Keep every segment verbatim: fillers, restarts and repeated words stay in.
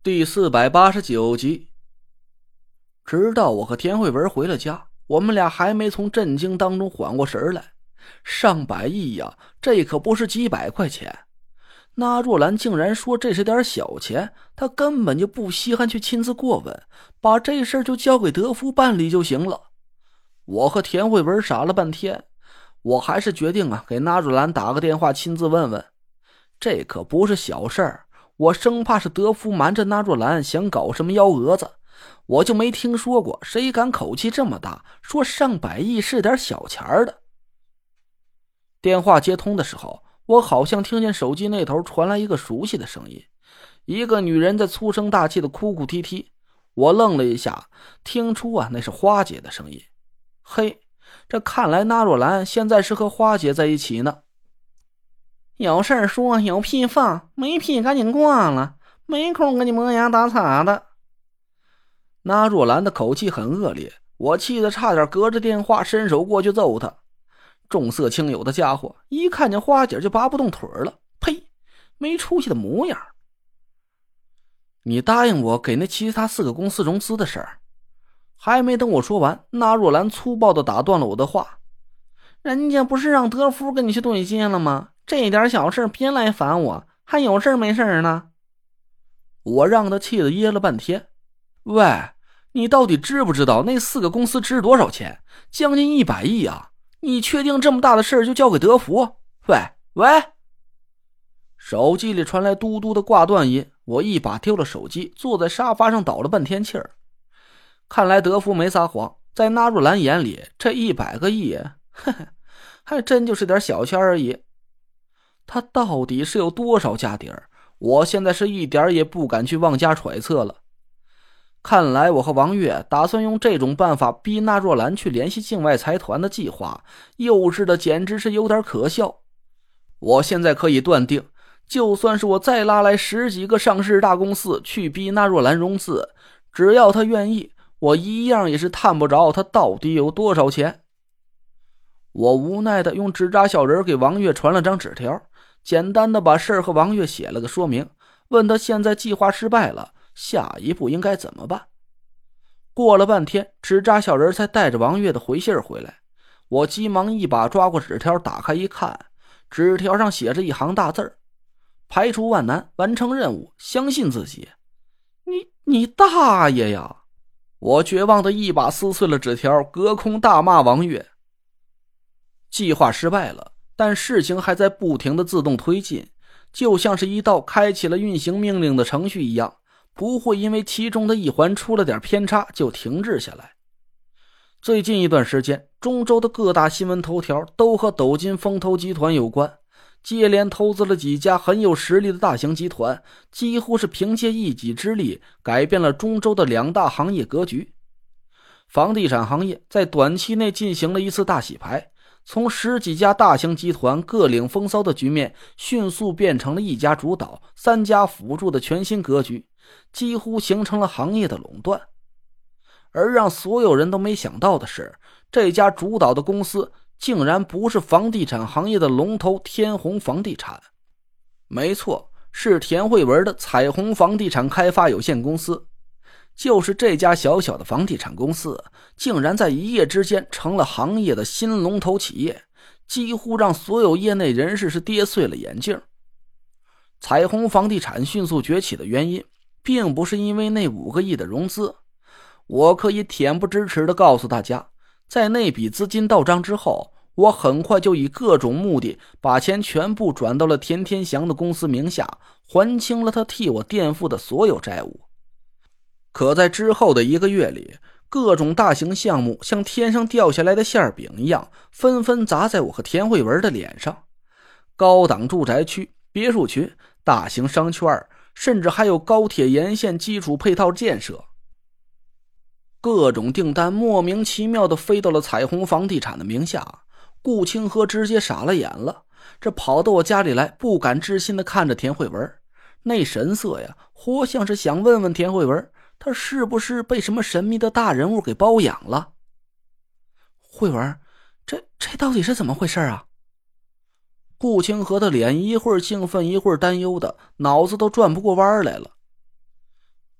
第四百八十九集。直到我和田慧文回了家，我们俩还没从震惊当中缓过神来。上百亿呀，这可不是几百块钱。那若兰竟然说这是点小钱，她根本就不稀罕去亲自过问，把这事儿就交给德福办理就行了。我和田慧文傻了半天，我还是决定啊，给那若兰打个电话亲自问问。这可不是小事儿，我生怕是德福瞒着那若兰想搞什么幺蛾子，我就没听说过谁敢口气这么大，说上百亿是点小钱的。电话接通的时候，我好像听见手机那头传来一个熟悉的声音，一个女人在粗声大气的哭哭啼啼。我愣了一下，听出啊那是花姐的声音。嘿，这看来那若兰现在是和花姐在一起呢。有事说，有屁放，没屁赶紧挂了，没空跟你磨牙打擦的。那若兰的口气很恶劣，我气得差点隔着电话伸手过去揍她。重色轻友的家伙，一看见花姐就拔不动腿了，呸，没出息的模样。你答应我给那其他四个公司融资的事儿。还没等我说完，那若兰粗暴地打断了我的话。人家不是让德福跟你去对接了吗？这点小事别来烦我，还有事没事呢？我让他气得噎了半天。喂，你到底知不知道那四个公司值多少钱？将近一百亿啊！你确定这么大的事就交给德福？喂喂！手机里传来嘟嘟的挂断音，我一把丢了手机，坐在沙发上倒了半天气儿。看来德福没撒谎，在那若兰眼里，这一百个亿，呵呵，还真就是点小钱而已。他到底是有多少家底儿？我现在是一点也不敢去妄加揣测了。看来我和王月打算用这种办法逼那若兰去联系境外财团的计划，幼稚的简直是有点可笑。我现在可以断定，就算是我再拉来十几个上市大公司去逼那若兰融资，只要他愿意，我一样也是探不着他到底有多少钱。我无奈的用纸扎小人给王月传了张纸条，简单的把事儿和王月写了个说明，问他现在计划失败了，下一步应该怎么办。过了半天，纸扎小人才带着王月的回信回来。我急忙一把抓过纸条，打开一看，纸条上写着一行大字：排除万难，完成任务，相信自己。你你大爷呀！我绝望的一把撕碎了纸条，隔空大骂王月。计划失败了，但事情还在不停的自动推进，就像是一道开启了运行命令的程序一样，不会因为其中的一环出了点偏差就停滞下来。最近一段时间，中州的各大新闻头条都和斗金风投集团有关，接连投资了几家很有实力的大型集团，几乎是凭借一己之力改变了中州的两大行业格局。房地产行业在短期内进行了一次大洗牌，从十几家大型集团各领风骚的局面，迅速变成了一家主导、三家辅助的全新格局，几乎形成了行业的垄断。而让所有人都没想到的是，这家主导的公司竟然不是房地产行业的龙头天虹房地产。没错，是田慧文的彩虹房地产开发有限公司。就是这家小小的房地产公司，竟然在一夜之间成了行业的新龙头企业，几乎让所有业内人士是跌碎了眼镜。彩虹房地产迅速崛起的原因，并不是因为那五个亿的融资。我可以恬不知耻地告诉大家，在那笔资金到账之后，我很快就以各种目的把钱全部转到了田天祥的公司名下，还清了他替我垫付的所有债务。可在之后的一个月里，各种大型项目像天上掉下来的馅饼一样，纷纷砸在我和田慧文的脸上。高档住宅区、别墅群、大型商圈，甚至还有高铁沿线基础配套建设。各种订单莫名其妙地飞到了彩虹房地产的名下，顾清河直接傻了眼了，这跑到我家里来，不敢置信地看着田慧文，那神色呀，活像是想问问田慧文，他是不是被什么神秘的大人物给包养了。慧文，这这到底是怎么回事啊？顾清河的脸一会儿兴奋一会儿担忧的，脑子都转不过弯来了。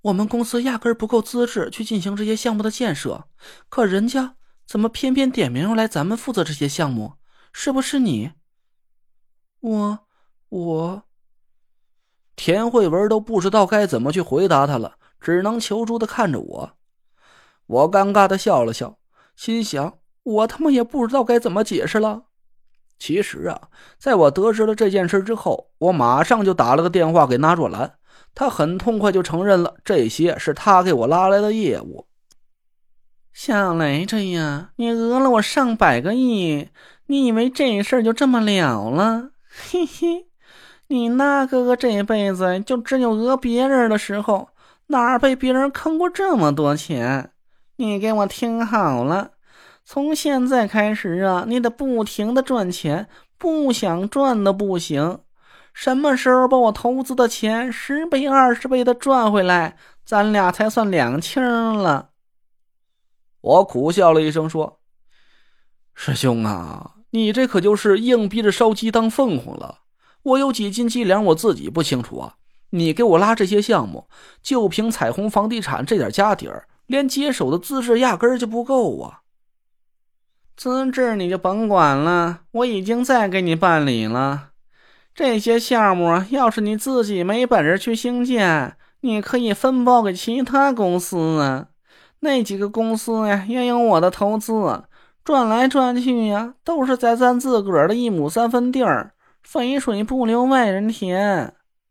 我们公司压根儿不够资质去进行这些项目的建设，可人家怎么偏偏点名来咱们负责这些项目？是不是你？我我田慧文都不知道该怎么去回答他了，只能求助的看着我。我尴尬的笑了笑，心想我他妈也不知道该怎么解释了。其实啊，在我得知了这件事之后，我马上就打了个电话给纳若兰，他很痛快就承认了这些是他给我拉来的业务。小雷子呀，你讹了我上百个亿，你以为这事儿就这么了了？嘿嘿，你那哥哥这辈子就只有讹别人的时候，哪被别人坑过这么多钱？你给我听好了，从现在开始啊，你得不停的赚钱，不想赚的不行。什么时候把我投资的钱十倍二十倍的赚回来，咱俩才算两清了。我苦笑了一声说，师兄啊，你这可就是硬逼着烧鸡当凤凰了。我有几斤几两我自己不清楚啊，你给我拉这些项目，就凭彩虹房地产这点家底儿，连接手的资质压根儿就不够啊。资质你就甭管了，我已经在给你办理了。这些项目要是你自己没本事去兴建，你可以分包给其他公司啊。那几个公司呀，也有我的投资，转来转去呀，都是在咱自个儿的一亩三分地儿，肥水不流外人田。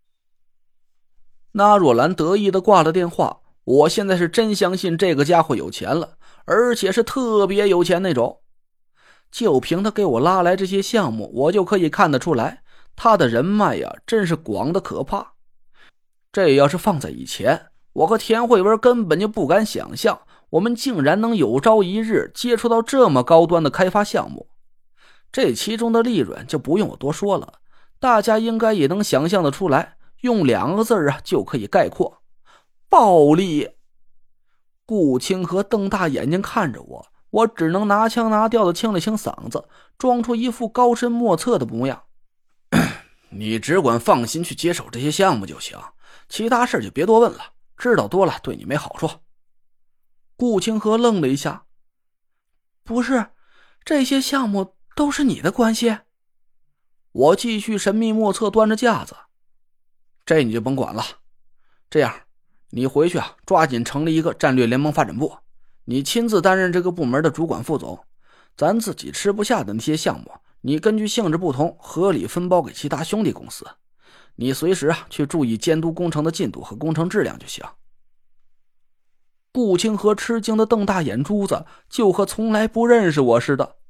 那若兰得意的挂了电话，我现在是真相信这个家伙有钱了，而且是特别有钱那种。就凭他给我拉来这些项目，我就可以看得出来，他的人脉呀，真是广的可怕。这要是放在以前，我和田慧文根本就不敢想象，我们竟然能有朝一日接触到这么高端的开发项目。这其中的利润就不用我多说了，大家应该也能想象得出来，用两个字啊就可以概括：暴利。顾清河瞪大眼睛看着我，我只能拿腔拿调的清了清嗓子，装出一副高深莫测的模样。你只管放心去接手这些项目就行，其他事就别多问了，知道多了对你没好处。顾清河愣了一下，不是，这些项目都是你的关系？我继续神秘莫测端着架子，这你就甭管了。这样，你回去啊，抓紧成立一个战略联盟发展部，你亲自担任这个部门的主管副总。咱自己吃不下的那些项目，你根据性质不同，合理分包给其他兄弟公司。你随时啊去注意监督工程的进度和工程质量就行。顾清河吃惊的瞪大眼珠子，就和从来不认识我似的。